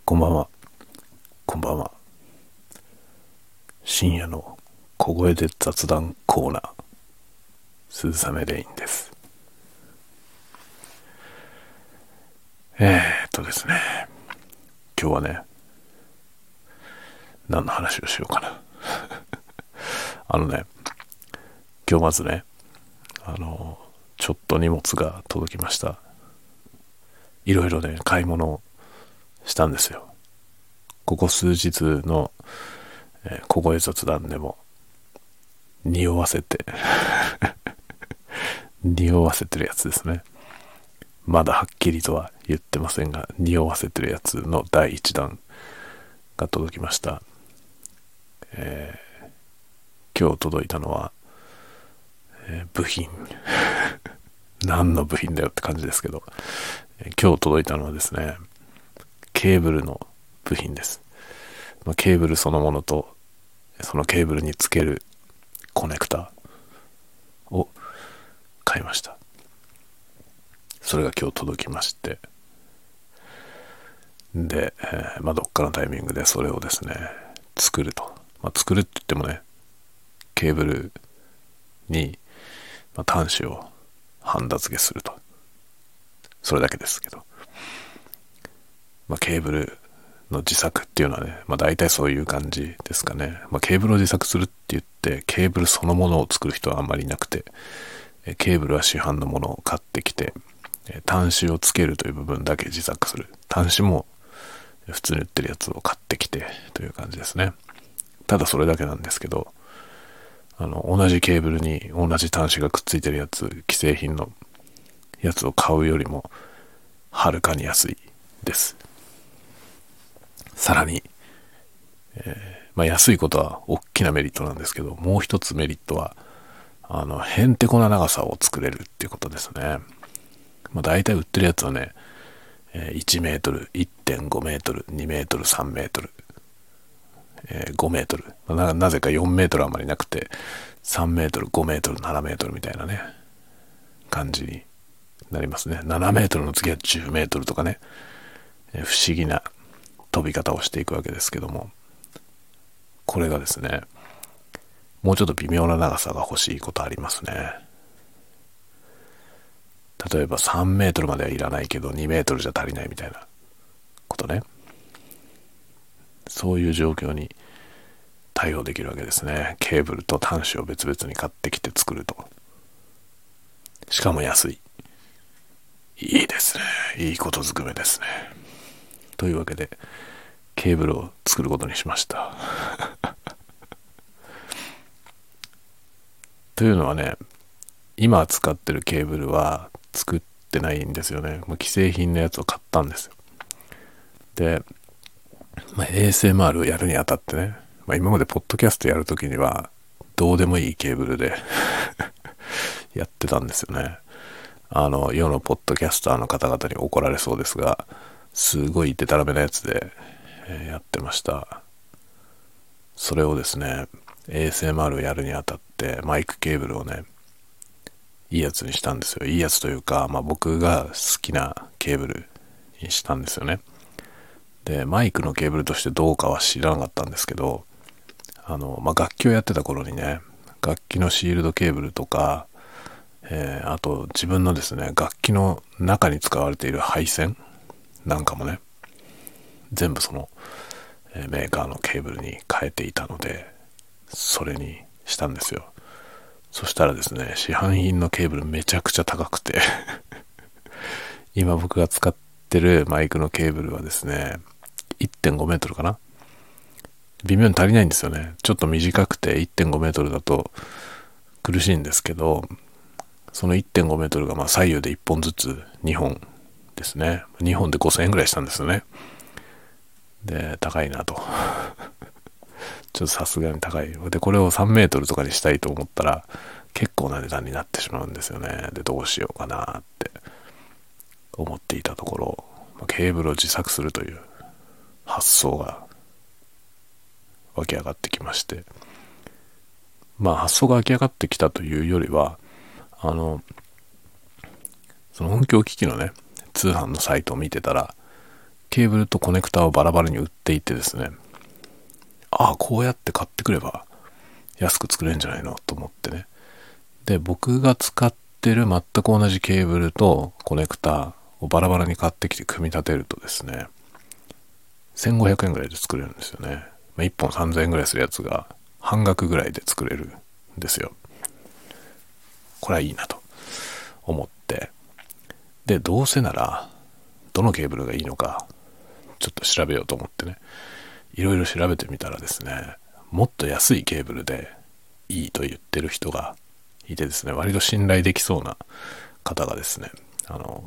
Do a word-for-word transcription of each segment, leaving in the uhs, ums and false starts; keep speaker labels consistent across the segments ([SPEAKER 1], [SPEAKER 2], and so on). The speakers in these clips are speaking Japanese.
[SPEAKER 1] こんばんは。こんばんは。深夜の小声で雑談コーナー、鈴雨レインです。えーっとですね、今日はね、何の話をしようかな。あのね、今日まずね、あの、ちょっと荷物が届きました。いろいろね、買い物をしたんですよ。ここ数日の、えー小声雑談でも、匂わせて、匂わせてるやつですね。まだはっきりとは言ってませんが、匂わせてるやつのだいいちだんが届きました。えー今日届いたのは、えー部品。何の部品だよって感じですけど、えー今日届いたのはですね、ケーブルの部品です。まあ、ケーブルそのものと、そのケーブルにつけるコネクタを買いました。それが今日届きまして、で、えーまあ、どっかのタイミングでそれをですね、作ると。まあ、作るって言ってもね、ケーブルに、まあ、端子をハンダ付けすると。それだけですけど。まあ、ケーブルの自作っていうのはね、まあ、大体そういう感じですかね。まあ、ケーブルを自作するって言って、ケーブルそのものを作る人はあんまりいなくて、ケーブルは市販のものを買ってきて、端子をつけるという部分だけ自作する。端子も普通に売ってるやつを買ってきてという感じですね。ただそれだけなんですけど、あの同じケーブルに同じ端子がくっついてるやつ、既製品のやつを買うよりもはるかに安いです。さらに、えーまあ、安いことは大きなメリットなんですけど、もう一つメリットはあのへんてこな長さを作れるっていうことですね。まあ、大体売ってるやつはね、いちメートル、いってんごメートル、にメートル、さんメートル、えー、ごメートル、な、なぜかよんメートルあまりなくて、さんメートル、ごメートル、ななメートルみたいなね、感じになりますね。ななメートルの次はじゅうメートルとかね、えー不思議な飛び方をしていくわけですけども、これがですね、もうちょっと微妙な長さが欲しいことありますね。例えばさんメートルまではいらないけどにメートルじゃ足りないみたいなことね。そういう状況に対応できるわけですね。ケーブルと端子を別々に買ってきて作ると。しかも安い。いいですね。いいことずくめですね。というわけで、ケーブルを作ることにしました。というのはね、今使ってるケーブルは作ってないんですよね。もう既製品のやつを買ったんですよ。で、まあ、エーエスエムアール をやるにあたってね、まあ、今までポッドキャストやるときにはどうでもいいケーブルでやってたんですよね。あの世のポッドキャスターの方々に怒られそうですが、すごいデタラメなやつで、えーやってました。それをですね、 エーエスエムアール をやるにあたってマイクケーブルをね、いいやつにしたんですよ。いいやつというか、まあ、僕が好きなケーブルにしたんですよね。で、マイクのケーブルとしてどうかは知らなかったんですけど、あの、まあ、楽器をやってた頃にね、楽器のシールドケーブルとか、えーあと自分のですね、楽器の中に使われている配線なんかもね、全部その、えーメーカーのケーブルに変えていたので、それにしたんですよ。そしたらですね、市販品のケーブルめちゃくちゃ高くて今僕が使ってるマイクのケーブルはですね、いってんごメートルかな、微妙に足りないんですよね。ちょっと短くて いってんごメートルだと苦しいんですけど、その いってんごメートルがまあ左右でいっぽんずつにほんですね。にほんでごせんえんぐらいしたんですよね。で、高いなと。ちょっとさすがに高い。で、これをさんメートルとかにしたいと思ったら結構な値段になってしまうんですよね。で、どうしようかなって思っていたところ、ケーブルを自作するという発想が湧き上がってきまして、まあ発想が湧き上がってきたというよりは、あのその音響機器のね、通販のサイトを見てたら、 ケーブルとコネクタをバラバラに売っていてですね、ああこうやって買ってくれば安く作れるんじゃないのと思ってね。で僕が使ってる全く同じケーブルとコネクタをバラバラに買ってきて組み立てるとですね、せんごひゃくえんぐらいで作れるんですよね。まあ、いっぽんさんぜんえんぐらいするやつが半額ぐらいで作れるんですよ。これはいいなと思って、でどうせならどのケーブルがいいのかちょっと調べようと思ってね、いろいろ調べてみたらですね、もっと安いケーブルでいいと言ってる人がいてですね、割と信頼できそうな方がですね、あの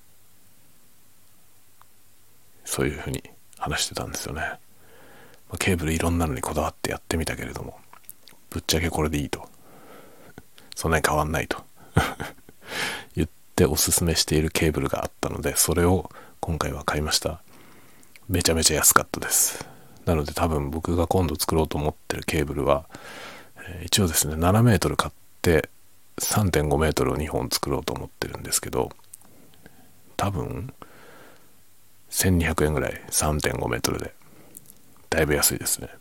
[SPEAKER 1] そういうふうに話してたんですよね。ケーブルいろんなのにこだわってやってみたけれども、ぶっちゃけこれでいいと、そんなに変わんないと言っておすすめしているケーブルがあったので、それを今回は買いました。めちゃめちゃ安かったです。なので多分僕が今度作ろうと思ってるケーブルは、えー、一応ですねななメートル買って さんてんごメートルをにほん作ろうと思ってるんですけど、多分せんにひゃくえんぐらい さんてんごメートルでだいぶ安いですね。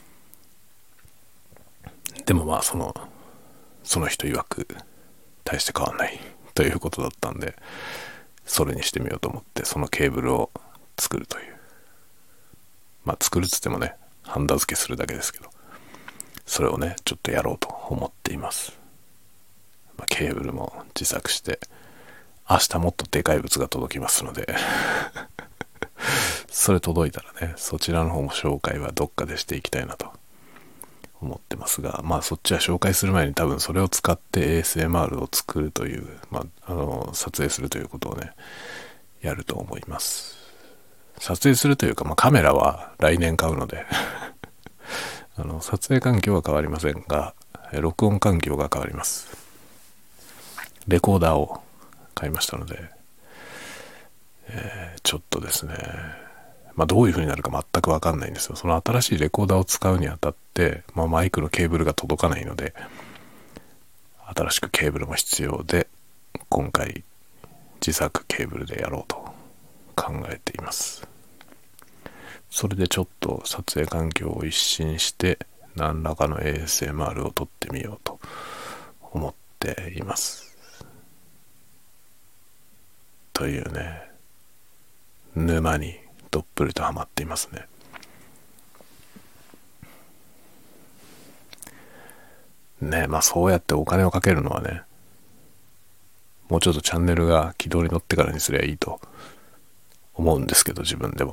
[SPEAKER 1] でもまあそのその人曰く大して変わんないということだったんで、それにしてみようと思ってそのケーブルを作るという、まあ作るっつってもねハンダ付けするだけですけど、それをねちょっとやろうと思っています。まあ、ケーブルも自作して明日もっとでかい物が届きますのでそれ届いたらねそちらの方も紹介はどっかでしていきたいなと思ってますが、まあそっちは紹介する前に多分それを使って エーエスエムアール を作るという、まあ、あの撮影するということをねやると思います。撮影するというか、まあ、カメラは来年買うのであの撮影環境は変わりませんが録音環境が変わります。レコーダーを買いましたので、えー、ちょっとですね、まあ、どういう風になるか全く分かんないんですよ。その新しいレコーダーを使うにあたって、まあ、マイクのケーブルが届かないので新しくケーブルも必要で、今回自作ケーブルでやろうと考えています。それでちょっと撮影環境を一新して何らかの エーエスエムアール を撮ってみようと思っています。というね沼にどっぷりとハマっていますね。ねまあそうやってお金をかけるのはね、もうちょっとチャンネルが軌道に乗ってからにすりゃいいと思うんですけど、自分でも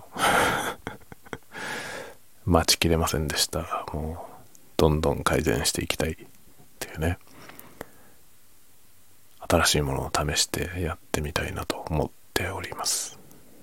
[SPEAKER 1] 待ちきれませんでした。もうどんどん改善していきたいっていうね、新しいものを試してやってみたいなと思っております。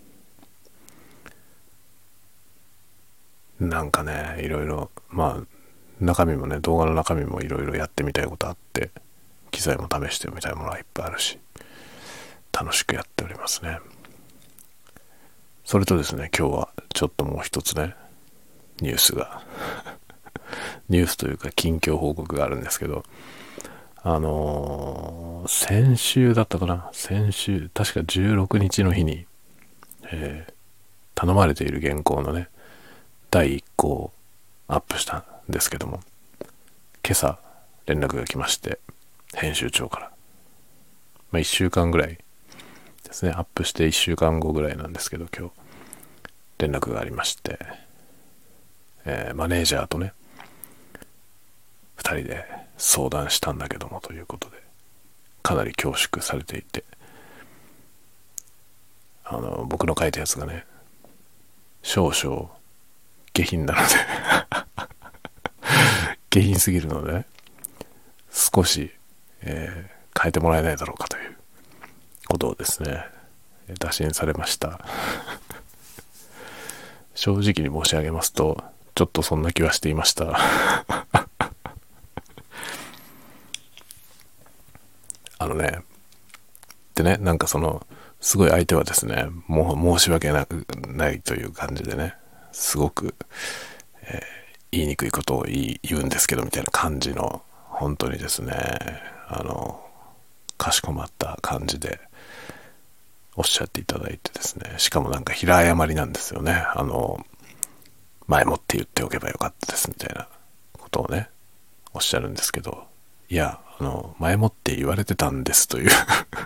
[SPEAKER 1] なんかねいろいろまあ中身もね動画の中身もいろいろやってみたいことあって、機材も試してみたいものはいっぱいあるし楽しくやっておりますね。それとですね今日はちょっともう一つねニュースがニュースというか近況報告があるんですけど、あのー、先週だったかな先週確かじゅうろくにちの日に、えー、頼まれている原稿のねだいいっこをアップしたんですけども、今朝連絡が来まして、編集長から、まあ、いっしゅうかんぐらいですね、アップしていっしゅうかんごぐらいなんですけど、今日連絡がありまして、えー、マネージャーとねふたりで相談したんだけどもということで、かなり恐縮されていて、あの僕の書いたやつがね少々下品なので下品すぎるので、ね、少し、えー、変えてもらえないだろうかということをですね打診されました正直に申し上げますとちょっとそんな気はしていましたあのねでねなんかそのすごい相手はですねもう申し訳なくないという感じでね、すごく、えー、言いにくいことを言い言うんですけどみたいな感じの、本当にですねあのかしこまった感じでおっしゃっていただいてですね、しかもなんか平謝りなんですよね。あの、前もって言っておけばよかったですみたいなことをね、おっしゃるんですけど、いや、あの、前もって言われてたんですという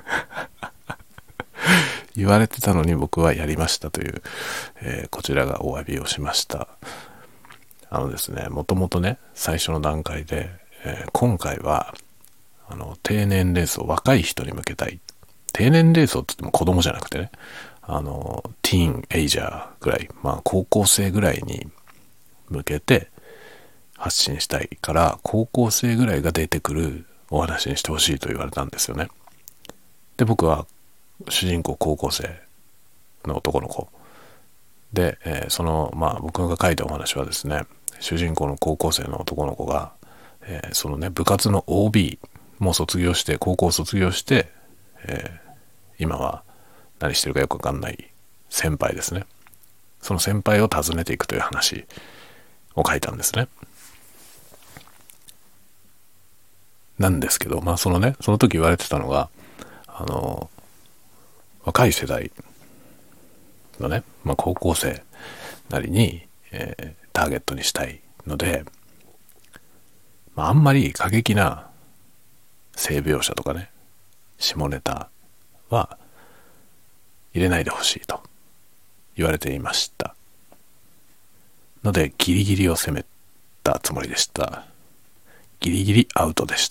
[SPEAKER 1] 言われてたのに僕はやりましたという、えーこちらがお詫びをしました。あのですね、もともとね、最初の段階で、えー今回は、あの、低年齢層、若い人に向けたい。低年齢層って言っても子供じゃなくてね、あの、ティーンエイジャーぐらい、まあ高校生ぐらいに向けて発信したいから、高校生ぐらいが出てくるお話にしてほしいと言われたんですよね。で、僕は主人公高校生の男の子。で、えーその、まあ僕が書いたお話はですね、主人公の高校生の男の子が、えーそのね、部活の オービー も卒業して、高校卒業して、えー今は何してるかよくわかんない先輩ですね。その先輩を訪ねていくという話を書いたんですね。なんですけど、まあそのね、その時言われてたのが、あの、若い世代のね、まあ高校生なりに、えーターゲットにしたいので、まああんまり過激な性描写とかね、下ネタは入れないでほしいと言われていましたので、ギリギリを攻めたつもりでした。ギリギリアウトでした。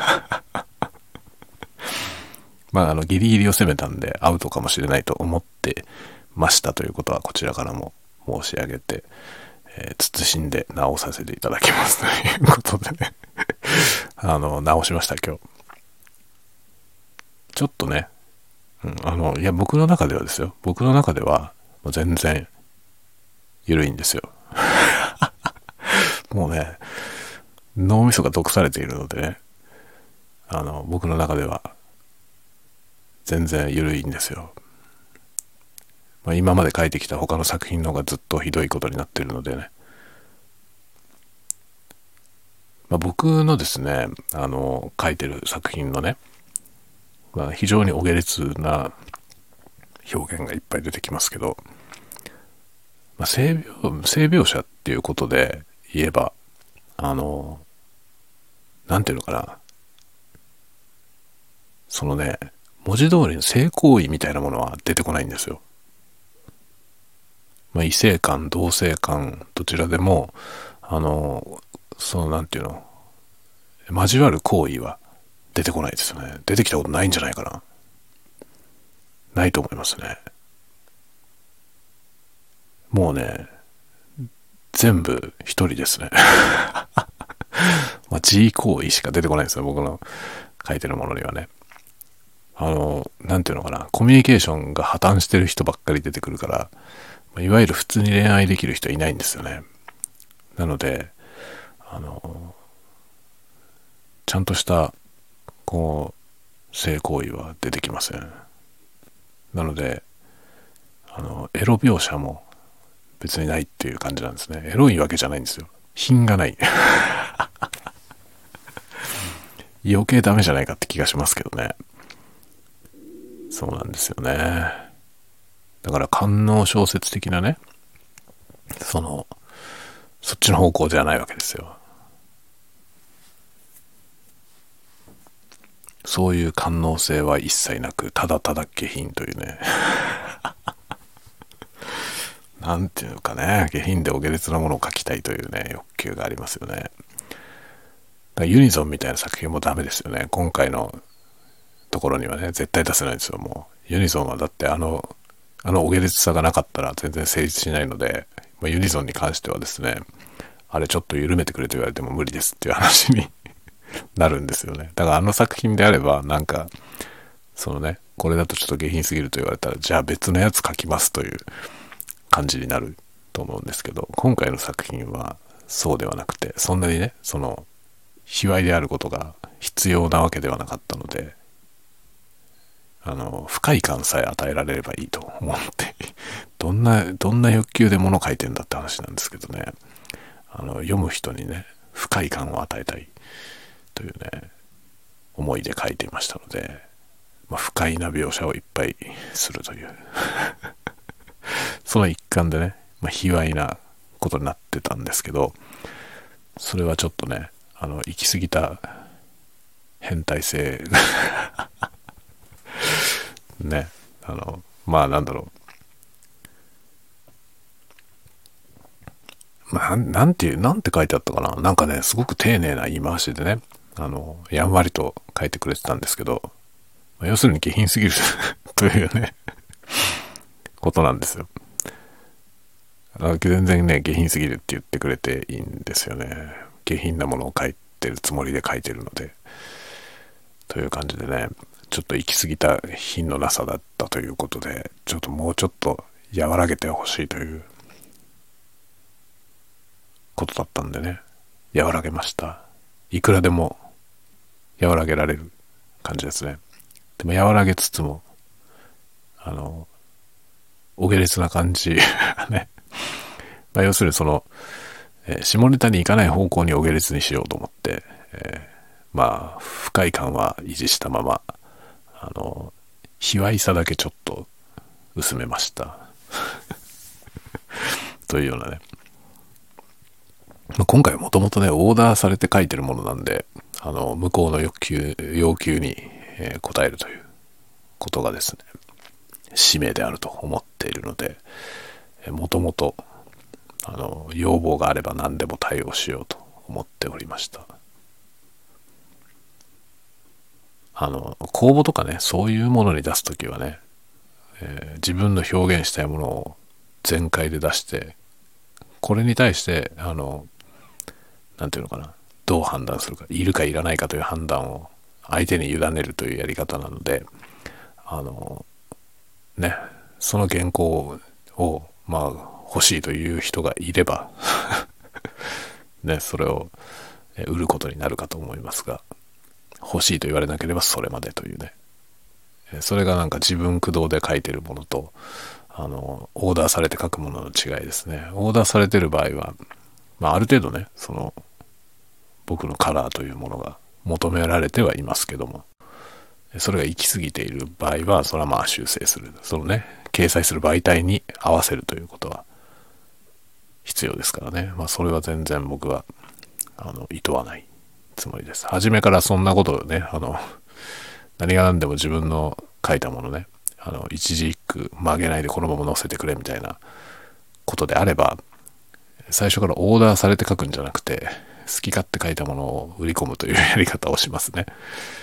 [SPEAKER 1] まああのギリギリを攻めたんでアウトかもしれないと思ってましたということはこちらからも申し上げて、えー、慎んで直させていただきますということでねあの直しました今日。ちょっとね、うん、あのいや僕の中ではですよ、僕の中ではもう全然緩いんですよもうね、脳みそが毒されているのでね、あの僕の中では全然緩いんですよ。まあ、今まで書いてきた他の作品の方がずっとひどいことになっているのでね、まあ、僕のですね、あの書いてる作品のね、まあ、非常にお下劣な表現がいっぱい出てきますけど、まあ、性描性描写っていうことで言えば、あのなんていうのかな、そのね、文字通りの性行為みたいなものは出てこないんですよ。まあ、異性間、同性間、どちらでも、あの、そのなんていうの、交わる行為は出てこないですよね。出てきたことないんじゃないかな。ないと思いますね。もうね、全部一人ですね。まあ、G 行為しか出てこないですよ、僕の書いてるものにはね。あの、なんていうのかな、コミュニケーションが破綻してる人ばっかり出てくるから、いわゆる普通に恋愛できる人いないんですよね。なので、あの、ちゃんとした、こう、性行為は出てきません。なので、あの、エロ描写も別にないっていう感じなんですね。エロいわけじゃないんですよ。品がない。余計ダメじゃないかって気がしますけどね。そうなんですよね。だから官能小説的なね、その、そっちの方向ではないわけですよ。そういう官能性は一切なく、ただただ下品というね。なんていうのかね、下品でお下劣なものを書きたいというね、欲求がありますよね。だからユニゾンみたいな作品もダメですよね。今回のところにはね、絶対出せないんですよ、もう。ユニゾンはだってあの、あのお下劣さがなかったら全然成立しないので、まあ、ユニゾンに関してはですね、あれちょっと緩めてくれと言われても無理ですっていう話になるんですよね。だからあの作品であれば、なんか、そのね、これだとちょっと下品すぎると言われたら、じゃあ別のやつ書きますという感じになると思うんですけど、今回の作品はそうではなくて、そんなにね、その、卑猥であることが必要なわけではなかったので、あの、不快感さえ与えられればいいと思って、どんな、どんな欲求で物書いてんだって話なんですけどね、あの、読む人にね、不快感を与えたいというね、思いで書いていましたので、 まあ、不快な描写をいっぱいするというその一環でね、まあ、卑猥なことになってたんですけど、それはちょっとね、あの行き過ぎた変態性ね、あのまあなんだろう、まあなんていうなんて書いてあったかな、なんかねすごく丁寧な言い回しでね、あのやんわりと書いてくれてたんですけど、まあ、要するに下品すぎるというねことなんですよ。全然ね下品すぎるって言ってくれていいんですよね。下品なものを書いてるつもりで書いてるので、という感じでね、ちょっと行き過ぎた品のなさだったということで、ちょっともうちょっと和らげてほしいということだったんでね、和らげました。いくらでも和らげられる感じですね。でも和らげつつもあのお下劣な感じね、まあ、要するにその、えー、下ネタに行かない方向にお下劣にしようと思って、えー、まあ不快感は維持したまま、あの卑猥さだけちょっと薄めましたというようなね、まあ、今回はもともとねオーダーされて書いてるものなんで、あの向こうの欲求要求に、えー、応えるということがですね使命であると思っているので、もともとあの要望があれば何でも対応しようと思っておりました。あの公募とかね、そういうものに出すときはね、えー、自分の表現したいものを全開で出して、これに対してあのなんていうのかな、どう判断するか、いるかいらないかという判断を相手に委ねるというやり方なので、あのね、その原稿をまあ欲しいという人がいればね、それを売ることになるかと思いますが、欲しいと言われなければそれまでというね、それがなんか自分駆動で書いてるものと、あのオーダーされて書くものの違いですね。オーダーされてる場合は、まあ、ある程度ね、その僕のカラーというものが求められてはいますけども、それが行き過ぎている場合は、それはまあ修正する、そのね掲載する媒体に合わせるということは必要ですからね。まあそれは全然僕はあの厭わないつもりです。初めからそんなことをね、あの何が何でも自分の書いたものね、あの一字一句曲げないでこのまま載せてくれみたいなことであれば、最初からオーダーされて書くんじゃなくて、好き勝手書いたものを売り込むというやり方をしますね。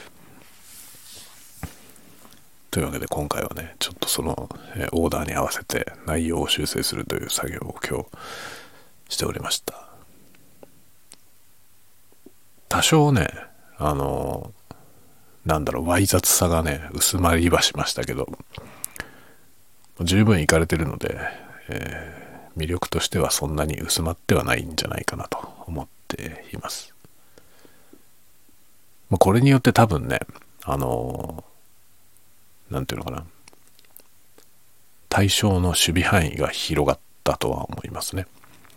[SPEAKER 1] というわけで今回はね、ちょっとそのオーダーに合わせて内容を修正するという作業を今日しておりました。多少ね、あのなんだろう、わい雑さがね薄まりはしましたけど、十分いかれてるので、えー、魅力としてはそんなに薄まってはないんじゃないかなと思っています。まあ、これによって多分ね、あのなんていうのかな、対象の守備範囲が広がったとは思いますね。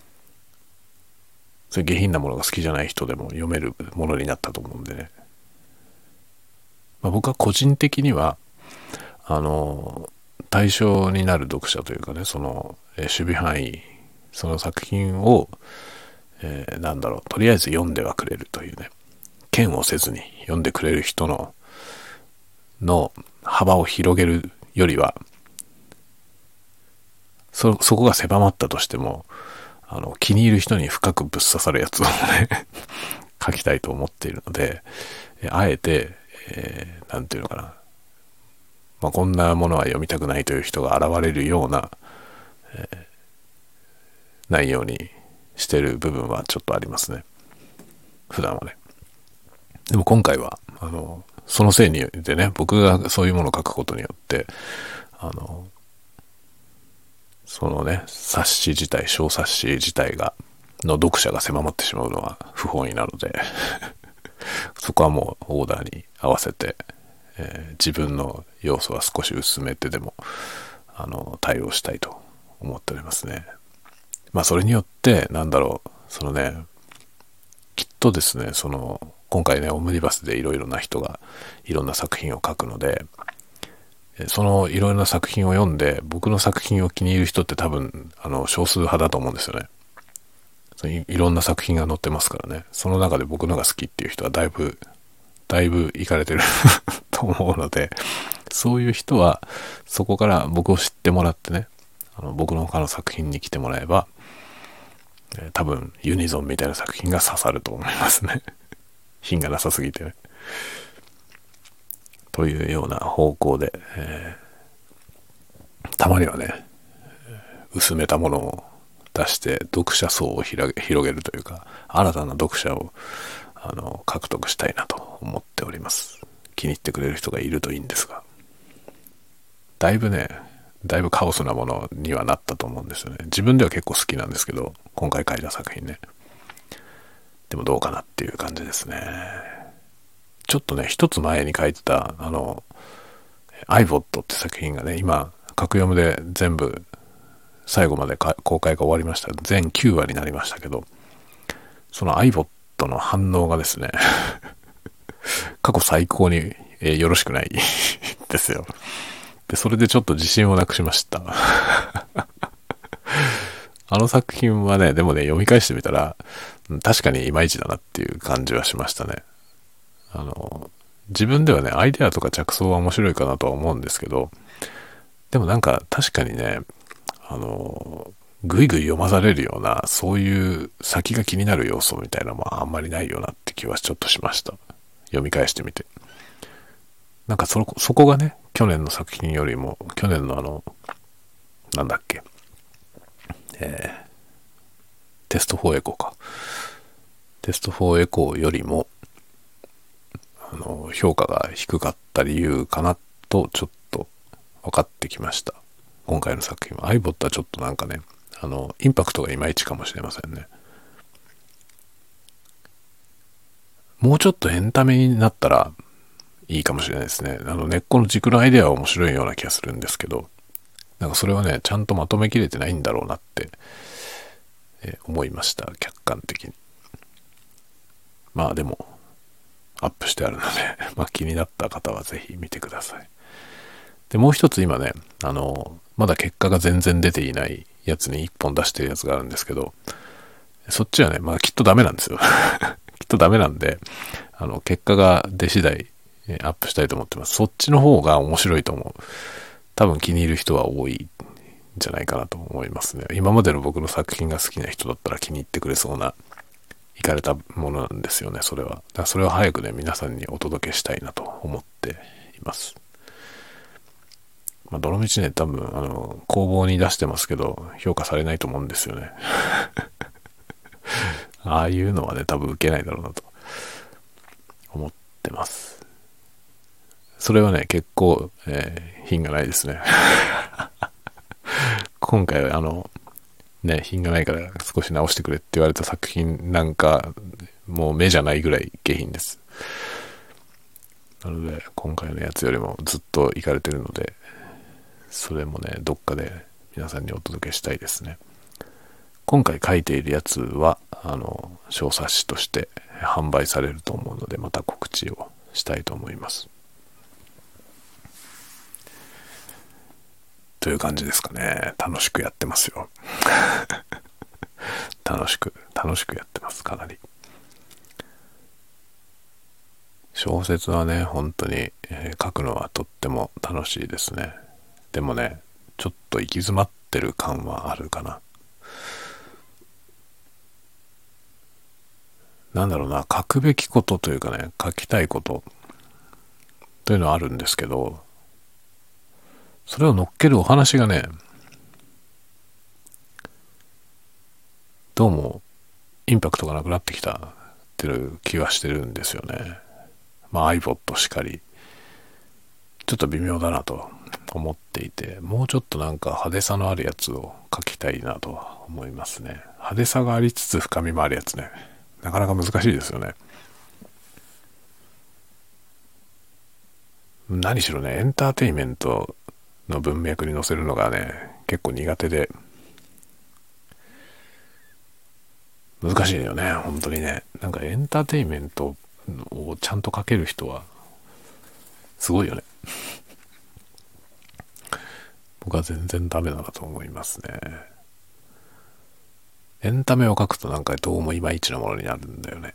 [SPEAKER 1] それ下品なものが好きじゃない人でも読めるものになったと思うんでね、まあ、僕は個人的にはあの対象になる読者というかね、その、えー、守備範囲、その作品を、えー、なんだろう、とりあえず読んではくれるというね、嫌悪せずに読んでくれる人のの幅を広げるよりは、そそこが狭まったとしても、あの気に入る人に深くぶっ刺さるやつをね書きたいと思っているので、あえて、えー、なんていうのかな、まあ、こんなものは読みたくないという人が現れるような、えー、内容にしてる部分はちょっとありますね、普段はね。でも今回はあのそのせいにでね、僕がそういうものを書くことによって、あのそのね冊子自体、小冊子自体がの読者が狭まってしまうのは不本意なのでそこはもうオーダーに合わせて、えー、自分の要素は少し薄めてでもあの対応したいと思っておりますね。まあそれによってなんだろう、そのね、きっとですね、その今回ねオムニバスでいろいろな人がいろんな作品を書くので、 そのいろいろな作品を読んで僕の作品を気に入る人って多分あの少数派だと思うんですよね。その い, いろんな作品が載ってますからね。その中で僕のが好きっていう人はだいぶだいぶいかれてると思うので、そういう人はそこから僕を知ってもらってね、あの僕の他の作品に来てもらえば、えー多分ユニゾンみたいな作品が刺さると思いますね。品がなさすぎてね。というような方向で、えーたまにはね、薄めたものを出して読者層を広げ、広げるというか、新たな読者をあの獲得したいなと思っております。気に入ってくれる人がいるといいんですが、だいぶね、だいぶカオスなものにはなったと思うんですよね。自分では結構好きなんですけど、今回書いた作品ね。でもどうかなっていう感じですね。ちょっとね、一つ前に書いてた、あの、アイボットって作品がね、今、格読むで全部最後まで公開が終わりました。全きゅうわになりましたけど、そのアイボットの反応がですね、過去最高に、えーよろしくないですよ。で、それでちょっと自信をなくしました。あの作品はね、でもね、読み返してみたら、確かにいまいちだなっていう感じはしましたね。あの、自分ではね、アイデアとか着想は面白いかなとは思うんですけど、でもなんか確かにね、あの、ぐいぐい読まされるような、そういう先が気になる要素みたいなのもあんまりないよなって気はちょっとしました。読み返してみて。なんかそ、そこがね、去年の作品よりも、去年のあの、なんだっけ、えー、テストフォーエコーか。テストフォーエコーよりも、あの、評価が低かった理由かなと、ちょっと分かってきました。今回の作品は。アイボットはちょっとなんかね、あの、インパクトがいまいちかもしれませんね。もうちょっとエンタメになったらいいかもしれないですね。あの、根っこの軸のアイデアは面白いような気がするんですけど、なんかそれはね、ちゃんとまとめきれてないんだろうなって、えー思いました。客観的に。まあでも、アップしてあるので、まあ気になった方はぜひ見てください。で、もう一つ今ね、あの、まだ結果が全然出ていないやつに一本出してるやつがあるんですけど、そっちはね、まあきっとダメなんですよ。きっとダメなんで、あの、結果が出次第、えーアップしたいと思ってます。そっちの方が面白いと思う。多分気に入る人は多いんじゃないかなと思いますね。今までの僕の作品が好きな人だったら気に入ってくれそうな、いかれたものなんですよね、それは。だからそれを早くね、皆さんにお届けしたいなと思っています。まあ、どのみちね、多分、あの、工房に出してますけど、評価されないと思うんですよね。ああいうのはね、多分受けないだろうなと思ってます。それはね、結構、えー品がないですね。今回はあの、ね、品がないから少し直してくれって言われた作品なんか、もう目じゃないぐらい下品です。なので、今回のやつよりもずっといかれてるので、それもね、どっかで皆さんにお届けしたいですね。今回書いているやつは、あの、小冊子として販売されると思うので、また告知をしたいと思います。という感じですかね。楽しくやってますよ。楽しく、楽しくやってます、かなり。小説はね、本当に、えー書くのはとっても楽しいですね。でもね、ちょっと行き詰まってる感はあるかな。なんだろうな、書くべきことというかね、書きたいことというのはあるんですけど、それを乗っけるお話がね、どうもインパクトがなくなってきたっていう気はしてるんですよね。まあ iPod しかり、ちょっと微妙だなと思っていて、もうちょっとなんか派手さのあるやつを書きたいなとは思いますね。派手さがありつつ深みもあるやつね。なかなか難しいですよね。何しろね、エンターテインメントの文脈に載せるのがね、結構苦手で、難しいよね、本当にね。なんかエンターテインメントをちゃんと書ける人は、すごいよね。 僕は全然ダメだなと思いますね。エンタメを書くとなんかどうもいまいちなものになるんだよね。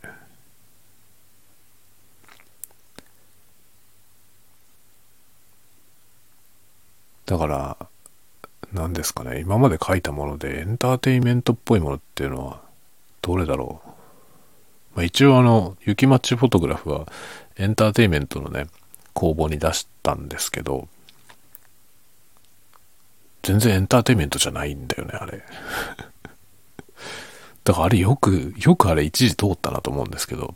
[SPEAKER 1] だから何ですかね、今まで書いたものでエンターテインメントっぽいものっていうのはどれだろう。まあ、一応あの雪マッチフォトグラフはエンターテインメントのね公募に出したんですけど、全然エンターテインメントじゃないんだよねあれ。だからあれよくよくあれ一時通ったなと思うんですけど、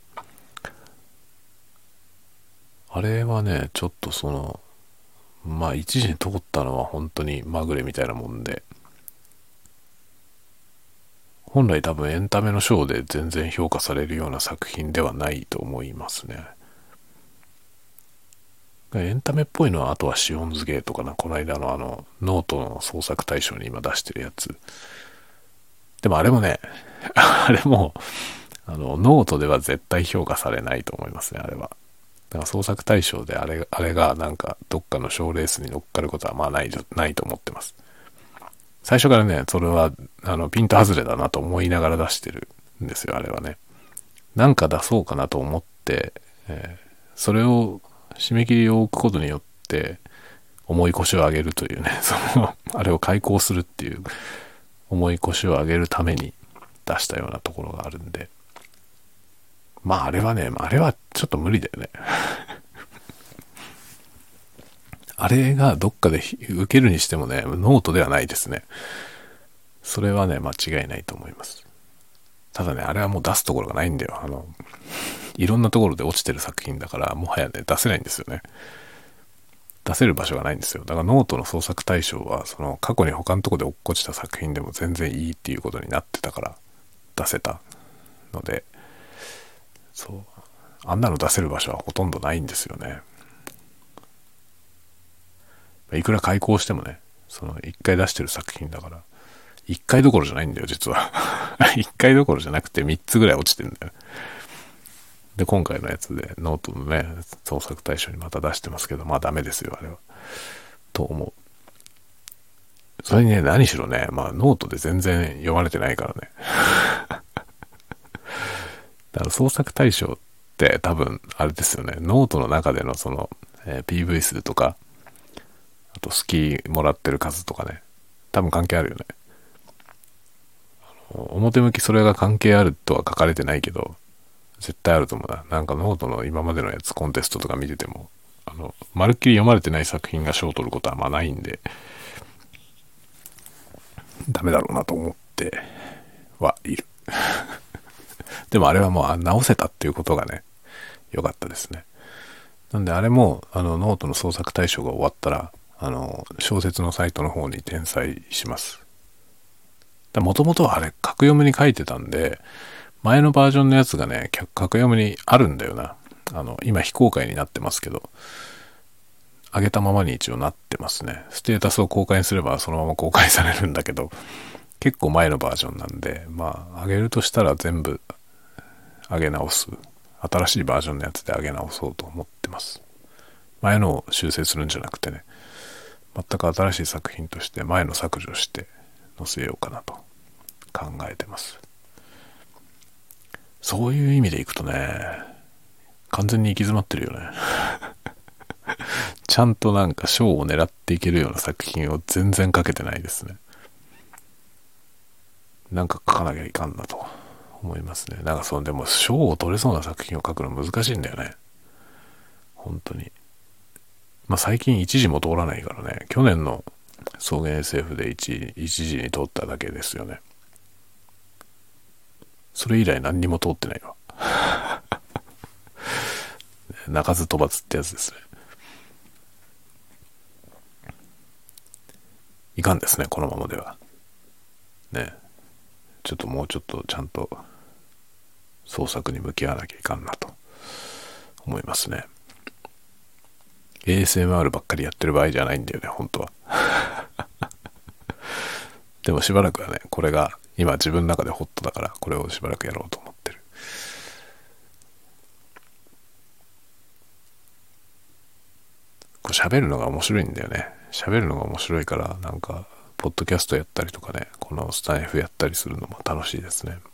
[SPEAKER 1] あれはねちょっとそのまあ一時に通ったのは本当にまぐれみたいなもんで、本来多分エンタメの賞で全然評価されるような作品ではないと思いますね。エンタメっぽいのはあとはシオンズゲートかな、この間のあのノートの創作大賞に今出してるやつ。でもあれもねあれもあのノートでは絶対評価されないと思いますね、あれは。だから創作大賞であれあれがなんかどっかの賞レースに乗っかることはまあないないと思ってます。最初からねそれはあのピント外れだなと思いながら出してるんですよ、あれはね。なんか出そうかなと思って、えーそれを締め切りを置くことによって重い腰を上げるというね、そのあれを開講するっていう重い腰を上げるために出したようなところがあるんで、まああれはねあれはちょっと無理だよね。あれがどっかで受けるにしてもねノートではないですね。それはね間違いないと思います。ただねあれはもう出すところがないんだよ。あのいろんなところで落ちてる作品だからもはやね出せないんですよね。出せる場所がないんですよ。だからノートの創作対象はその過去に他のところで落っこちた作品でも全然いいっていうことになってたから出せたので、そうあんなの出せる場所はほとんどないんですよね。いくら開講してもね、その一回出してる作品だから、一回どころじゃないんだよ実は。一回どころじゃなくて三つぐらい落ちてるんだよ。で今回のやつでノートのね創作大賞にまた出してますけど、まあダメですよあれはと思う。それにね何しろね、まあノートで全然読まれてないからね。だから創作大賞って多分あれですよね、ノートの中でのその、えー、ピーブイ 数とか、あと好きもらってる数とかね、多分関係あるよね。表向きそれが関係あるとは書かれてないけど絶対あると思うな。なんかノートの今までのやつコンテストとか見てても、あのまるっきり読まれてない作品が賞を取ることはまあないんでダメだろうなと思ってはいる。でもあれはもう直せたっていうことがね良かったですね。なんであれもあのノートの創作大賞が終わったらあの小説のサイトの方に転載します。もともとはあれ格読むに書いてたんで、前のバージョンのやつがね格読むにあるんだよな。あの今非公開になってますけど、上げたままに一応なってますね。ステータスを公開すればそのまま公開されるんだけど、結構前のバージョンなんで、まあ上げるとしたら全部上げ直す、新しいバージョンのやつで上げ直そうと思ってます。前のを修正するんじゃなくてね、全く新しい作品として前の削除して載せようかなと考えてます。そういう意味でいくとね完全に行き詰まってるよね。ちゃんとなんか賞を狙っていけるような作品を全然書けてないですね。なんか書かなきゃいかんなと思いますね。なんかそのでも賞を取れそうな作品を書くの難しいんだよね本当に。まあ最近一時も通らないからね。去年の草原 エスエフ で一一時に通っただけですよね。それ以来何にも通ってないわ。鳴かず飛ばずってやつですね。いかんですねこのままではね。ちょっともうちょっとちゃんと創作に向き合わなきゃいかんなと思いますね。 エーエスエムアール ばっかりやってる場合じゃないんだよね本当は。でもしばらくはねこれが今自分の中でホットだからこれをしばらくやろうと思ってる。こう喋るのが面白いんだよね。 喋るのが面白いから、なんかポッドキャストやったりとかね、このスタイフやったりするのも楽しいですね。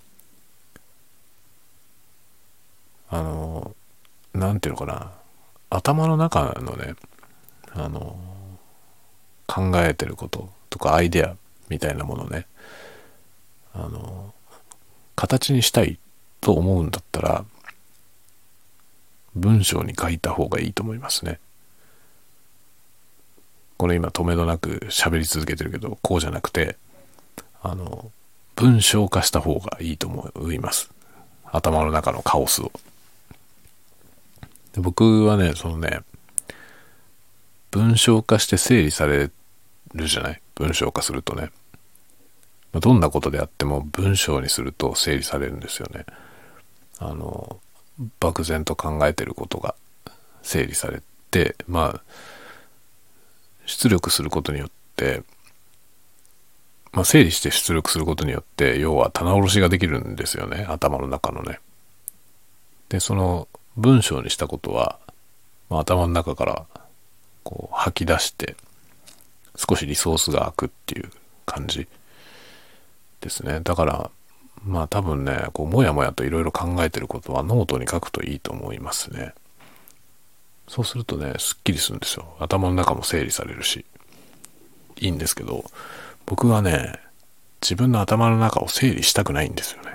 [SPEAKER 1] あのなんていうのかな、頭の中のね、あの考えてることとかアイデアみたいなものね、あの形にしたいと思うんだったら文章に書いた方がいいと思いますね。これ今止めどなく喋り続けてるけど、こうじゃなくて、あの文章化した方がいいと思います。頭の中のカオスを。で僕はね、そのね、文章化して整理されるじゃない、文章化するとね。どんなことであっても文章にすると整理されるんですよね。あの漠然と考えてることが整理されて、まあ出力することによって、まあ、整理して出力することによって、要は棚卸しができるんですよね、頭の中のね。でその文章にしたことは、まあ、頭の中からこう吐き出して少しリソースが空くっていう感じですね。だからまあ多分ね、こうもやもやといろいろ考えてることはノートに書くといいと思いますね。そうするとね、すっきりするんですよ。頭の中も整理されるしいいんですけど、僕はね、自分の頭の中を整理したくないんですよね。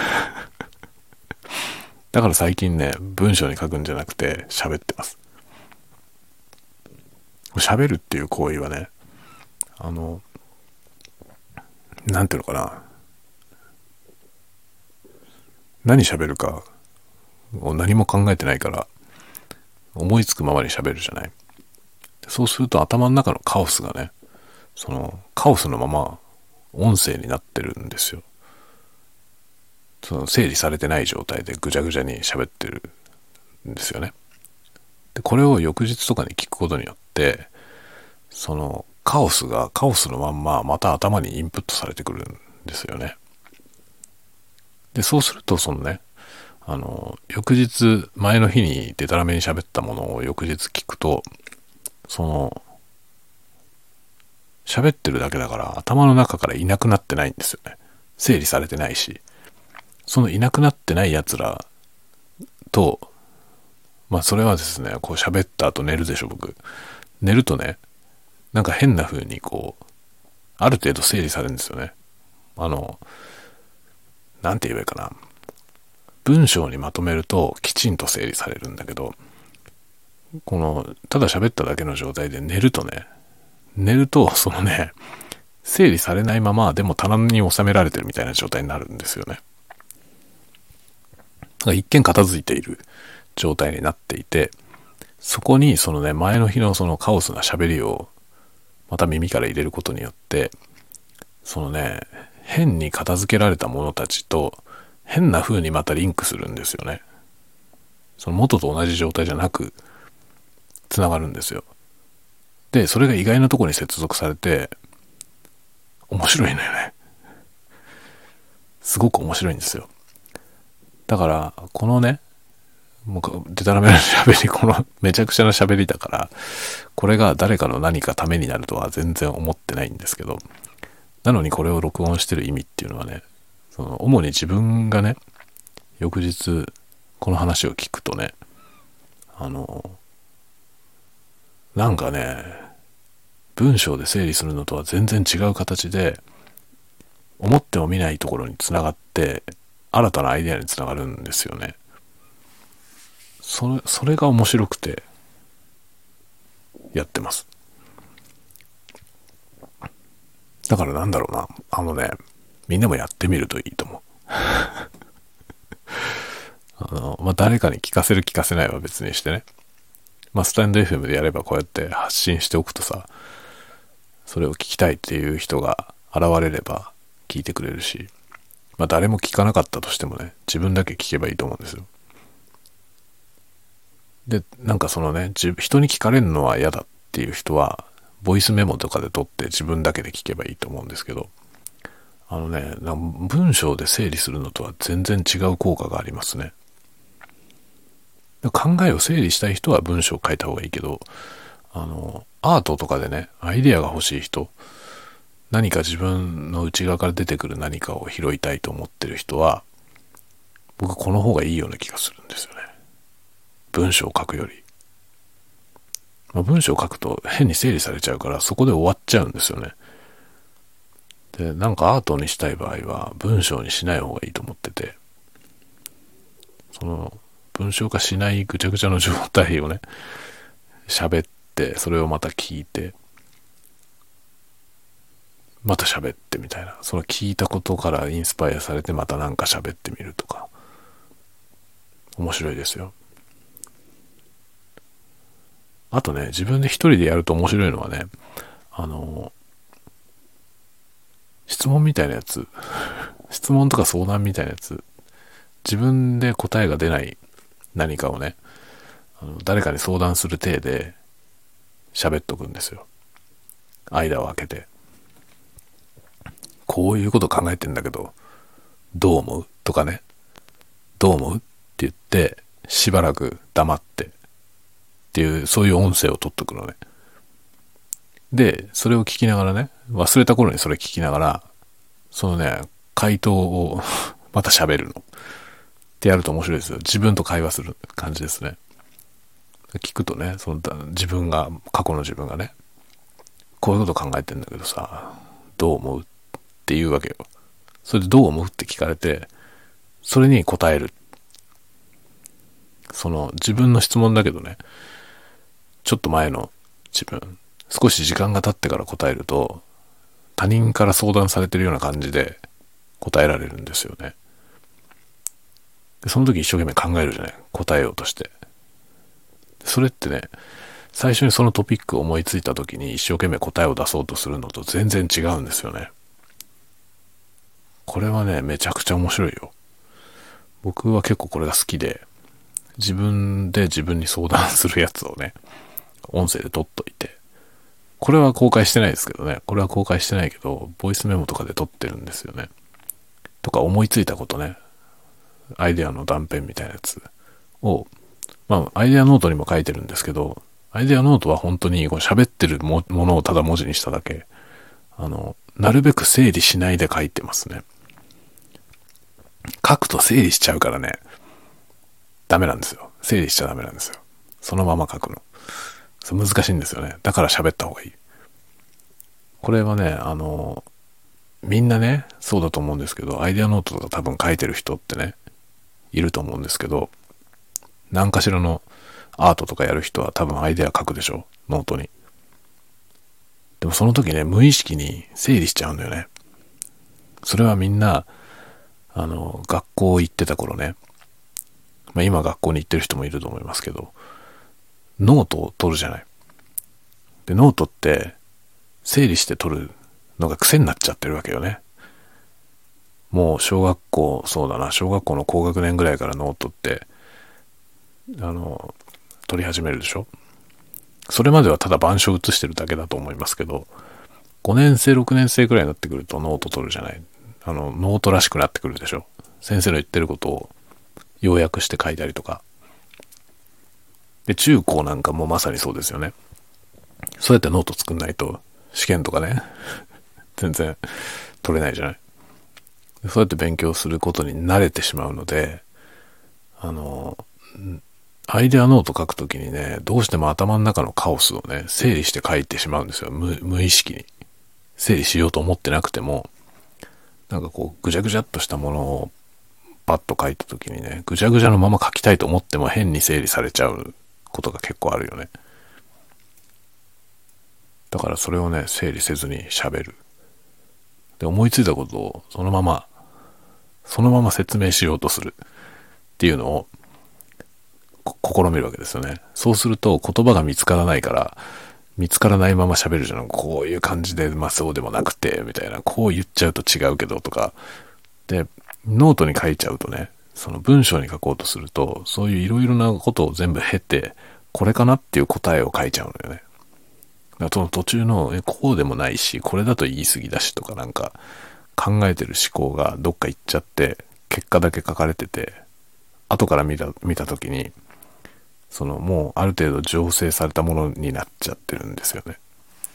[SPEAKER 1] だから最近ね、文章に書くんじゃなくて喋ってます。喋るっていう行為はね、あのなんていうのかな、何喋るかを何も考えてないから思いつくままに喋るじゃない。そうすると頭の中のカオスがね、そのカオスのまま音声になってるんですよ。その整理されてない状態でぐちゃぐちゃに喋ってるんですよね。でこれを翌日とかに聞くことによって、そのカオスがカオスのまんままた頭にインプットされてくるんですよね。でそうするとそのね、あの翌日前の日にデタラメに喋ったものを翌日聞くと、その喋ってるだけだから頭の中からいなくなってないんですよね。整理されてないし、そのいなくなってないやつらと、まあそれはですね、こう喋った後寝るでしょ僕。寝るとね、なんか変な風にこうある程度整理されるんですよね。あのなんて言えばいいかな、文章にまとめるときちんと整理されるんだけど、このただ喋っただけの状態で寝るとね、寝るとそのね、整理されないままでも棚に収められてるみたいな状態になるんですよね。だから一見片付いている状態になっていて、そこにそのね、前の日のそのカオスな喋りをまた耳から入れることによって、そのね、変に片付けられたものたちと変な風にまたリンクするんですよね。その元と同じ状態じゃなくつながるんですよ。でそれが意外なところに接続されて面白いのよね。すごく面白いんですよ。だからこのね、もうデタラメな喋り、このめちゃくちゃな喋りだから、これが誰かの何かためになるとは全然思ってないんですけど、なのにこれを録音してる意味っていうのはね、その主に自分がね、翌日この話を聞くとね、あのなんかね、文章で整理するのとは全然違う形で、思ってもみないところにつながって新たなアイデアにつながるんですよね。それ、それが面白くてやってます。だからなんだろうな、あのね、みんなもやってみるといいと思う。あの、まあ、誰かに聞かせる聞かせないは別にしてね。まあ、スタンド エフエム でやればこうやって発信しておくとさ、それを聞きたいっていう人が現れれば聞いてくれるし、まあ、誰も聞かなかったとしてもね、自分だけ聞けばいいと思うんですよ。で、なんかそのね、人に聞かれるのは嫌だっていう人は、ボイスメモとかで撮って自分だけで聞けばいいと思うんですけど、あのね、文章で整理するのとは全然違う効果がありますね。考えを整理したい人は文章を書いた方がいいけど、あのアートとかでね、アイデアが欲しい人、何か自分の内側から出てくる何かを拾いたいと思ってる人は、僕はこの方がいいような気がするんですよね。文章を書くより。まあ、文章を書くと変に整理されちゃうから、そこで終わっちゃうんですよね。で、なんかアートにしたい場合は文章にしない方がいいと思ってて、その文章化しないぐちゃぐちゃの状態をね、喋って、それをまた聞いて、また喋ってみたいな、その聞いたことからインスパイアされてまたなんか喋ってみるとか、面白いですよ。あとね、自分で一人でやると面白いのはね、あの質問みたいなやつ質問とか相談みたいなやつ、自分で答えが出ない何かをね、あの誰かに相談する体で喋っとくんですよ。間を空けて、こういうこと考えてんだけどどう思うとかね、どう思うって言ってしばらく黙ってっていう、そういう音声を取っとくのね。でそれを聞きながらね、忘れた頃にそれ聞きながら、そのね回答をまた喋るのってやると面白いですよ。自分と会話する感じですね。聞くとね、その自分が、過去の自分がね、こういうこと考えてんだけどさ、どう思うって言うわけよ。それでどう思うって聞かれて、それに答える。その自分の質問だけどね、ちょっと前の自分、少し時間が経ってから答えると、他人から相談されてるような感じで答えられるんですよね。でその時一生懸命考えるじゃない、答えようとして。それってね、最初にそのトピックを思いついた時に一生懸命答えを出そうとするのと全然違うんですよね。これはね、めちゃくちゃ面白いよ。僕は結構これが好きで、自分で自分に相談するやつをね、音声で撮っといて、これは公開してないですけどね、これは公開してないけど、ボイスメモとかで撮ってるんですよね。とか思いついたことね、アイデアの断片みたいなやつを、まあ、アイデアノートにも書いてるんですけど、アイデアノートは本当にこう喋ってるものをただ文字にしただけ。あの、なるべく整理しないで書いてますね。書くと整理しちゃうからね、ダメなんですよ。整理しちゃダメなんですよ。そのまま書くの。それ難しいんですよね。だから喋った方がいい。これはね、あの、みんなね、そうだと思うんですけど、アイデアノートとか多分書いてる人ってね、いると思うんですけど、何かしらのアートとかやる人は多分アイデア書くでしょ、ノートに。でもその時ね、無意識に整理しちゃうんだよね。それはみんな、あの、学校行ってた頃ね、まあ今学校に行ってる人もいると思いますけど、ノートを取るじゃない。で、ノートって整理して取るのが癖になっちゃってるわけよね。もう小学校、そうだな、小学校の高学年ぐらいからノートって、あの、取り始めるでしょ。それまではただ板書写してるだけだと思いますけど、ごねん生、ろくねん生くらいになってくるとノート取るじゃない。あの、ノートらしくなってくるでしょ。先生の言ってることを要約して書いたりとか。で、中高なんかもまさにそうですよね。そうやってノート作んないと、試験とかね、全然取れないじゃない。そうやって勉強することに慣れてしまうので、あの、アイデアノート書くときにね、どうしても頭の中のカオスをね、整理して書いてしまうんですよ。無、無意識に。整理しようと思ってなくても、なんかこう、ぐちゃぐちゃっとしたものをパッと書いたときにね、ぐちゃぐちゃのまま書きたいと思っても変に整理されちゃうことが結構あるよね。だからそれをね、整理せずに喋る。で、思いついたことをそのまま、そのまま説明しようとするっていうのを試みるわけですよね。そうすると言葉が見つからないから、見つからないまま喋るじゃん。こういう感じで、まあそうでもなくて、みたいな。こう言っちゃうと違うけどとか。で、ノートに書いちゃうとね、その文章に書こうとすると、そういういろいろなことを全部経て、これかなっていう答えを書いちゃうのよね。だからその途中の、え、こうでもないし、これだと言い過ぎだしとかなんか、考えてる思考がどっか行っちゃって、結果だけ書かれてて、後から見た、見たときに、 そのもうある程度醸成されたものになっちゃってるんですよね。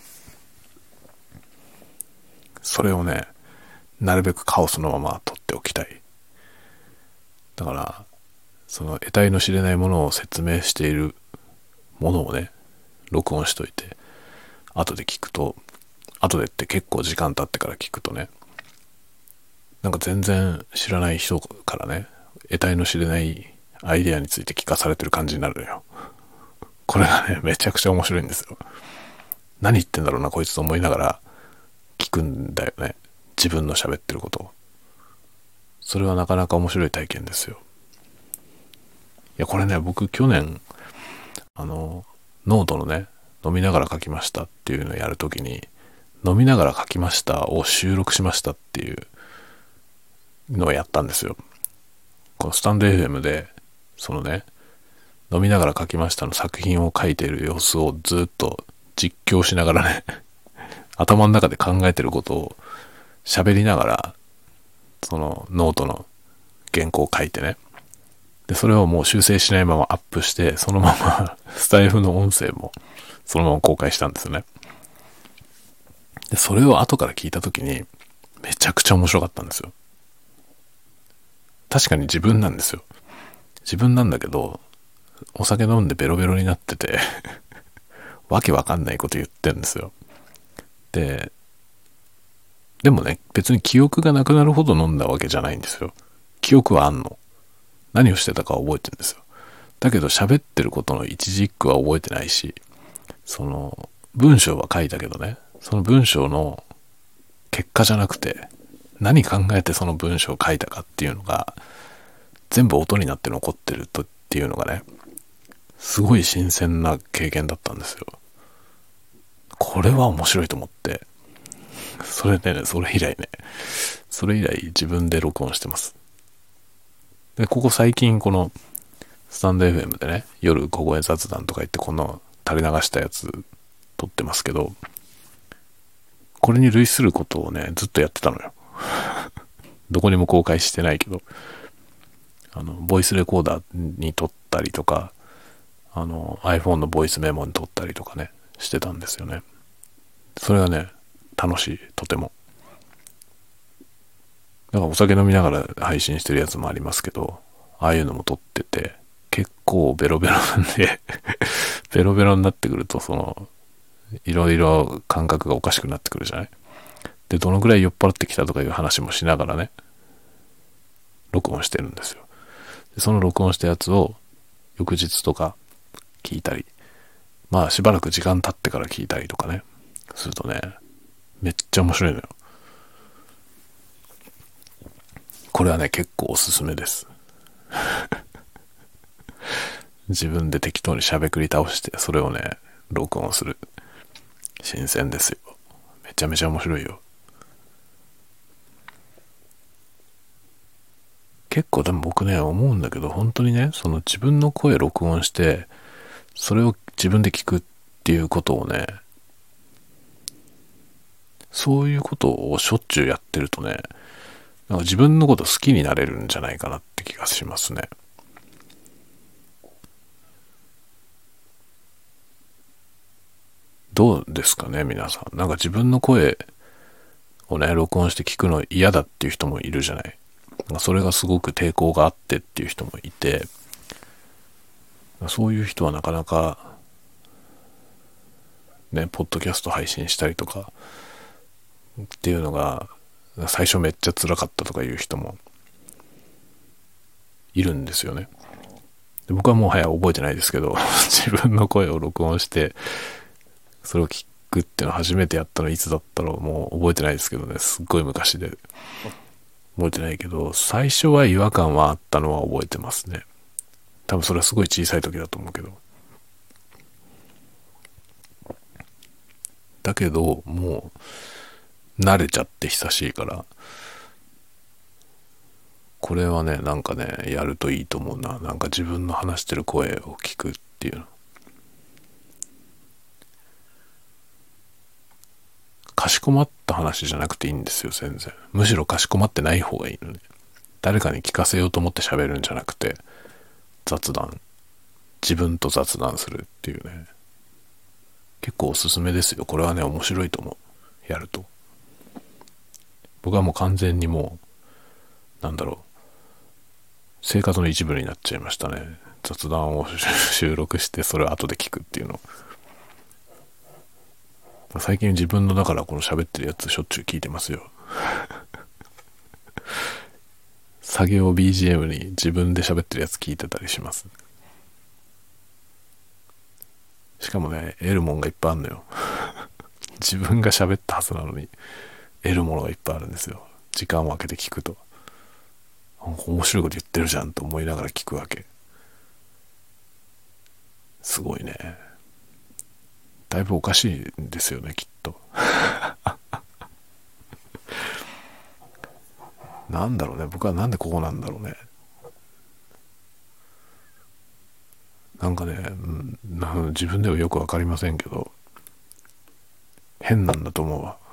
[SPEAKER 1] それをね、なるべくカオスのまま取っておきたい。だからその得体の知れないものを説明しているものをね、録音しといて、後で聞くと、後でって結構時間経ってから聞くとね、なんか全然知らない人からね、得体の知れないアイデアについて聞かされてる感じになるのよ。これがね、めちゃくちゃ面白いんですよ。何言ってんだろうなこいつと思いながら聞くんだよね、自分の喋ってることを。それはなかなか面白い体験ですよ。いやこれね、僕去年あのノートのね、飲みながら書きましたっていうのをやるときに、飲みながら書きましたを収録しましたっていうのをやったんですよ。このスタンド エフエム でそのね、飲みながら書きましたの作品を書いている様子をずっと実況しながらね頭の中で考えてることを喋りながら、そのノートの原稿を書いてね、でそれをもう修正しないままアップして、そのままスタイフの音声もそのまま公開したんですよね。でそれを後から聞いた時にめちゃくちゃ面白かったんですよ。確かに自分なんですよ。自分なんだけど、お酒飲んでベロベロになっててわけわかんないこと言ってんですよ。ででもね、別に記憶がなくなるほど飲んだわけじゃないんですよ。記憶はあんの。何をしてたか覚えてるんですよ。だけど喋ってることの一字一句は覚えてないし、その文章は書いたけどね、その文章の結果じゃなくて、何考えてその文章を書いたかっていうのが全部音になって残ってるとっていうのがね、すごい新鮮な経験だったんですよ。これは面白いと思って、それでね、それ以来ね、それ以来自分で録音してます。で、ここ最近このスタンド エフエム でね、夜小声雑談とか言ってこの垂れ流したやつ撮ってますけど、これに類することをね、ずっとやってたのよ。どこにも公開してないけど、あの、ボイスレコーダーに撮ったりとか、あの、iPhone のボイスメモに撮ったりとかね、してたんですよね。それがね、楽しい、とても。だからお酒飲みながら配信してるやつもありますけど、ああいうのも撮ってて、結構ベロベロなんでベロベロになってくると、その、いろいろ感覚がおかしくなってくるじゃない。で、どのぐらい酔っ払ってきたとかいう話もしながらね、録音してるんですよ。でその録音したやつを翌日とか聞いたり、まあしばらく時間経ってから聞いたりとかね、するとね、めっちゃ面白いのよ。これはね、結構おすすめです。自分で適当にしゃべくり倒して、それをね、録音する。新鮮ですよ。めちゃめちゃ面白いよ。結構でも僕ね、思うんだけど、本当にね、その自分の声録音して、それを自分で聞くっていうことをね、そういうことをしょっちゅうやってるとね、なんか自分のこと好きになれるんじゃないかなって気がしますね。どうですかね、皆さん。なんか自分の声をね、録音して聞くの嫌だっていう人もいるじゃない。それがすごく抵抗があってっていう人もいて、そういう人はなかなかね、ポッドキャスト配信したりとかっていうのが最初めっちゃ辛かったとかいう人もいるんですよね。で僕はもはや覚えてないですけど自分の声を録音してそれを聞くっていうのを初めてやったのいつだったろう、もう覚えてないですけどね、すっごい昔で覚えてないけど、最初は違和感はあったのは覚えてますね。多分それはすごい小さい時だと思うけど、だけどもう慣れちゃって久しいから、これはね、なんかね、やるといいと思うな。なんか自分の話してる声を聞くっていうの。かしこまった話じゃなくていいんですよ、全然。むしろかしこまってない方がいいのね。誰かに聞かせようと思って喋るんじゃなくて、雑談。 自分と雑談するっていうね、結構おすすめですよ。これはね、面白いと思う。やると。僕はもう完全にもう、なんだろう、生活の一部になっちゃいましたね。雑談を収録してそれを後で聞くっていうの。最近自分のだからこの喋ってるやつしょっちゅう聞いてますよ。作業 ビージーエム に自分で喋ってるやつ聞いてたりします。しかもね、得るもんがいっぱいあるのよ。自分が喋ったはずなのに得るものがいっぱいあるんですよ。時間を空けて聞くと面白いこと言ってるじゃんと思いながら聞くわけ。すごいね。だいぶおかしいんですよね、きっと。なんだろうね、僕はなんでここなんだろうね。なんかね、うん、自分ではよくわかりませんけど、変なんだと思うわ。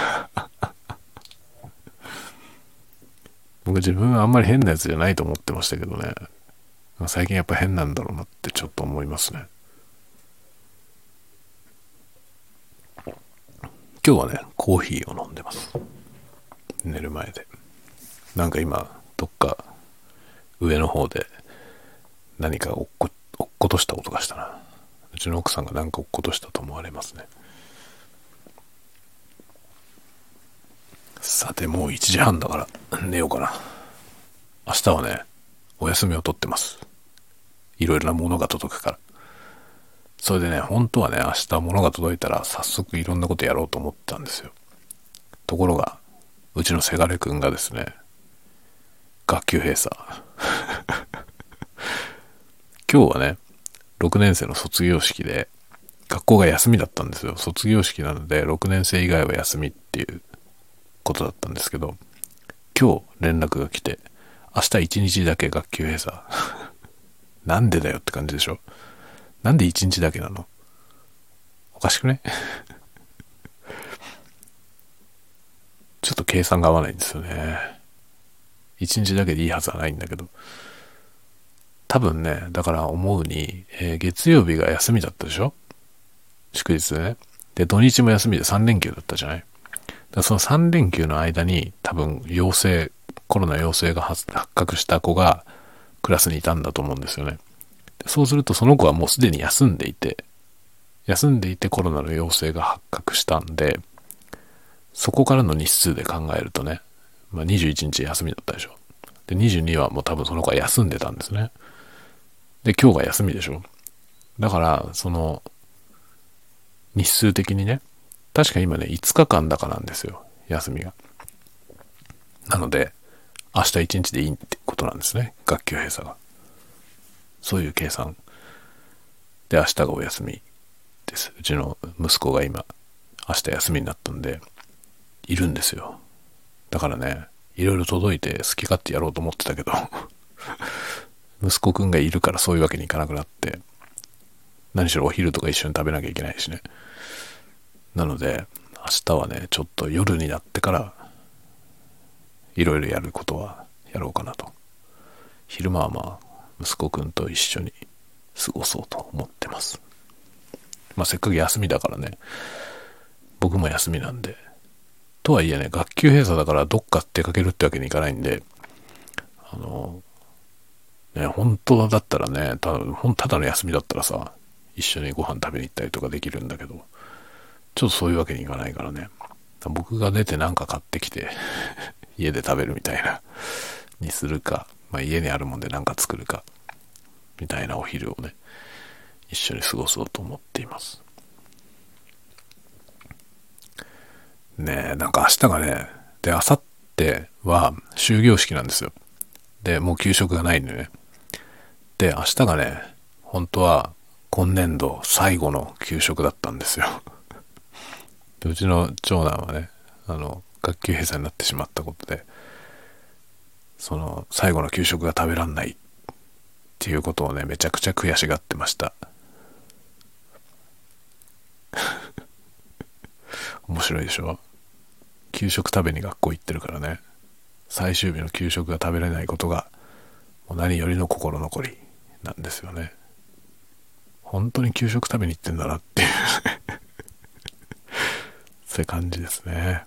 [SPEAKER 1] 僕自分はあんまり変なやつじゃないと思ってましたけどね、最近やっぱ変なんだろうなってちょっと思いますね。今日はね、コーヒーを飲んでます。寝る前で。なんか今、どっか上の方で何か落っこ、落っことした音がしたな。うちの奥さんが何か落っことしたと思われますね。さて、もういちじはんだから寝ようかな。明日はね、お休みを取ってます。いろいろなものが届くから。それでね、本当はね、明日物が届いたら早速いろんなことやろうと思ったんですよ。ところが、うちのせがれくんがですね、学級閉鎖。今日はね、ろくねん生の卒業式で、学校が休みだったんですよ。卒業式なので、ろくねん生以外は休みっていうことだったんですけど、今日連絡が来て、明日いちにちだけ学級閉鎖。なんでだよって感じでしょ。なんでいちにちだけなの？おかしくね？ちょっと計算が合わないんですよね。いちにちだけでいいはずはないんだけど。多分ね、だから思うに、えー、月曜日が休みだったでしょ？祝日でね。で、土日も休みでさん連休だったじゃない？だからそのさん連休の間に多分陽性、コロナ陽性が発覚した子がクラスにいたんだと思うんですよね。そうするとその子はもうすでに休んでいて、休んでいてコロナの陽性が発覚したんで、そこからの日数で考えるとね、まあ、にじゅういちにち休みだったでしょ。で、にじゅうにはもう多分その子は休んでたんですね。で、今日が休みでしょ。だから、その、日数的にね、確か今ね、いつかかんだかなんですよ、休みが。なので、明日いちにちでいいってことなんですね、学級閉鎖が。そういう計算。で、明日がお休みです。うちの息子が今、明日休みになったんで、いるんですよ。だからね、いろいろ届いて好き勝手やろうと思ってたけど、息子くんがいるからそういうわけにいかなくなって、何しろお昼とか一緒に食べなきゃいけないしね。なので、明日はね、ちょっと夜になってから、いろいろやることはやろうかなと。昼間はまあ、息子くんと一緒に過ごそうと思ってます。まあせっかく休みだからね、僕も休みなんで。とはいえね、学級閉鎖だからどっか出かけるってわけにいかないんで、あの、ね、本当だったらね、ただ、ただの休みだったらさ、一緒にご飯食べに行ったりとかできるんだけど、ちょっとそういうわけにいかないからね。僕が出て何か買ってきて、家で食べるみたいな、にするか、まあ家にあるもんで何か作るか、みたいなお昼をね、一緒に過ごそうと思っています。ねえ、なんか明日がね、で、明後日は終業式なんですよ。で、もう給食がないんでね。で、明日がね、本当は今年度最後の給食だったんですよ。でうちの長男はね、あの、学級閉鎖になってしまったことで、その最後の給食が食べらんないっていうことをね、めちゃくちゃ悔しがってました。面白いでしょ？給食食べに学校行ってるからね、最終日の給食が食べれないことがもう何よりの心残りなんですよね。 本当に給食食べに行ってんだなっていうそういう感じですね。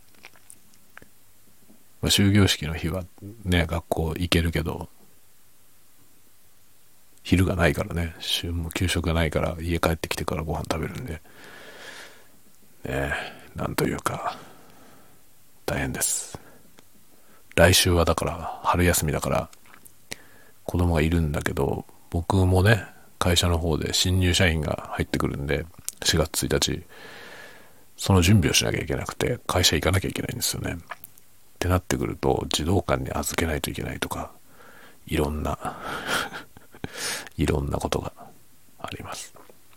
[SPEAKER 1] まあ、終業式の日はね、学校行けるけど、昼がないからね、週も給食がないから家帰ってきてからご飯食べるんで、ね、なんというか大変です。来週はだから春休みだから子供がいるんだけど、僕もね、会社の方で新入社員が入ってくるんで、しがつついたち、その準備をしなきゃいけなくて、会社行かなきゃいけないんですよね。ってなってくると、児童館に預けないといけないとか、いろんな、いろんなことがあります。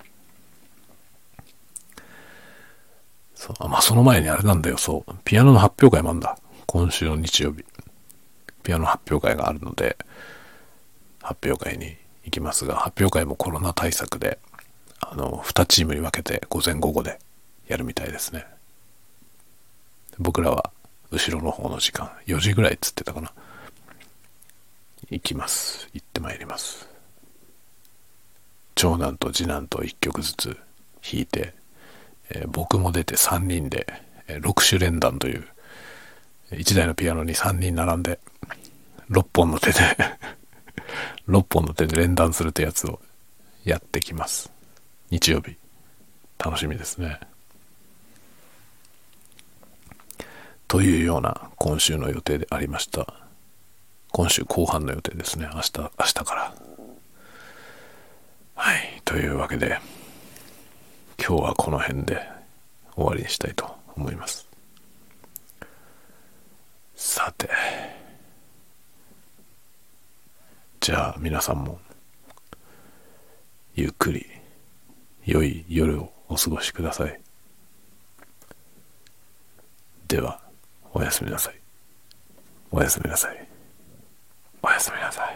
[SPEAKER 1] そう、まあその前にあれなんだよ、そう、ピアノの発表会もあるんだ。今週の日曜日。ピアノ発表会があるので、発表会に行きますが、発表会もコロナ対策で、あの、にチームに分けて午前午後でやるみたいですね。僕らは後ろの方の時間、よじぐらいっつってたかな。行きます。行ってまいります。長男と次男といっきょくずつ弾いて、えー、僕も出てさんにんで、えー、ろく種連弾といういちだいのピアノにさんにん並んでろっぽんの手でろっぽんの手で連弾するってやつをやってきます。日曜日楽しみですね。というような今週の予定でありました。今週後半の予定ですね。明日明日から。はい、というわけで今日はこの辺で終わりにしたいと思います。さて、じゃあ皆さんもゆっくり良い夜をお過ごしください。ではおやすみなさい。おやすみなさい。おやすみなさい。